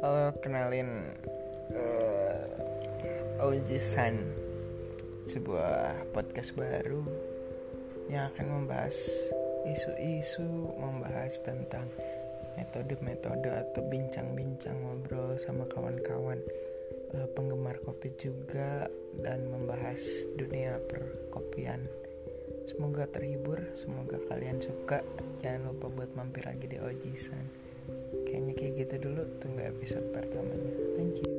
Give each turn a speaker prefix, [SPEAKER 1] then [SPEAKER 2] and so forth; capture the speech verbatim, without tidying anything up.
[SPEAKER 1] Halo, kenalin uh, Ojisan, sebuah podcast baru yang akan membahas isu-isu, membahas tentang metode-metode atau bincang-bincang ngobrol sama kawan-kawan uh, penggemar kopi juga, dan membahas dunia perkopian. Semoga terhibur, semoga kalian suka. Jangan lupa buat mampir lagi di Ojisan. Kayaknya kayak gitu dulu, tunggu episode pertamanya. Thank you.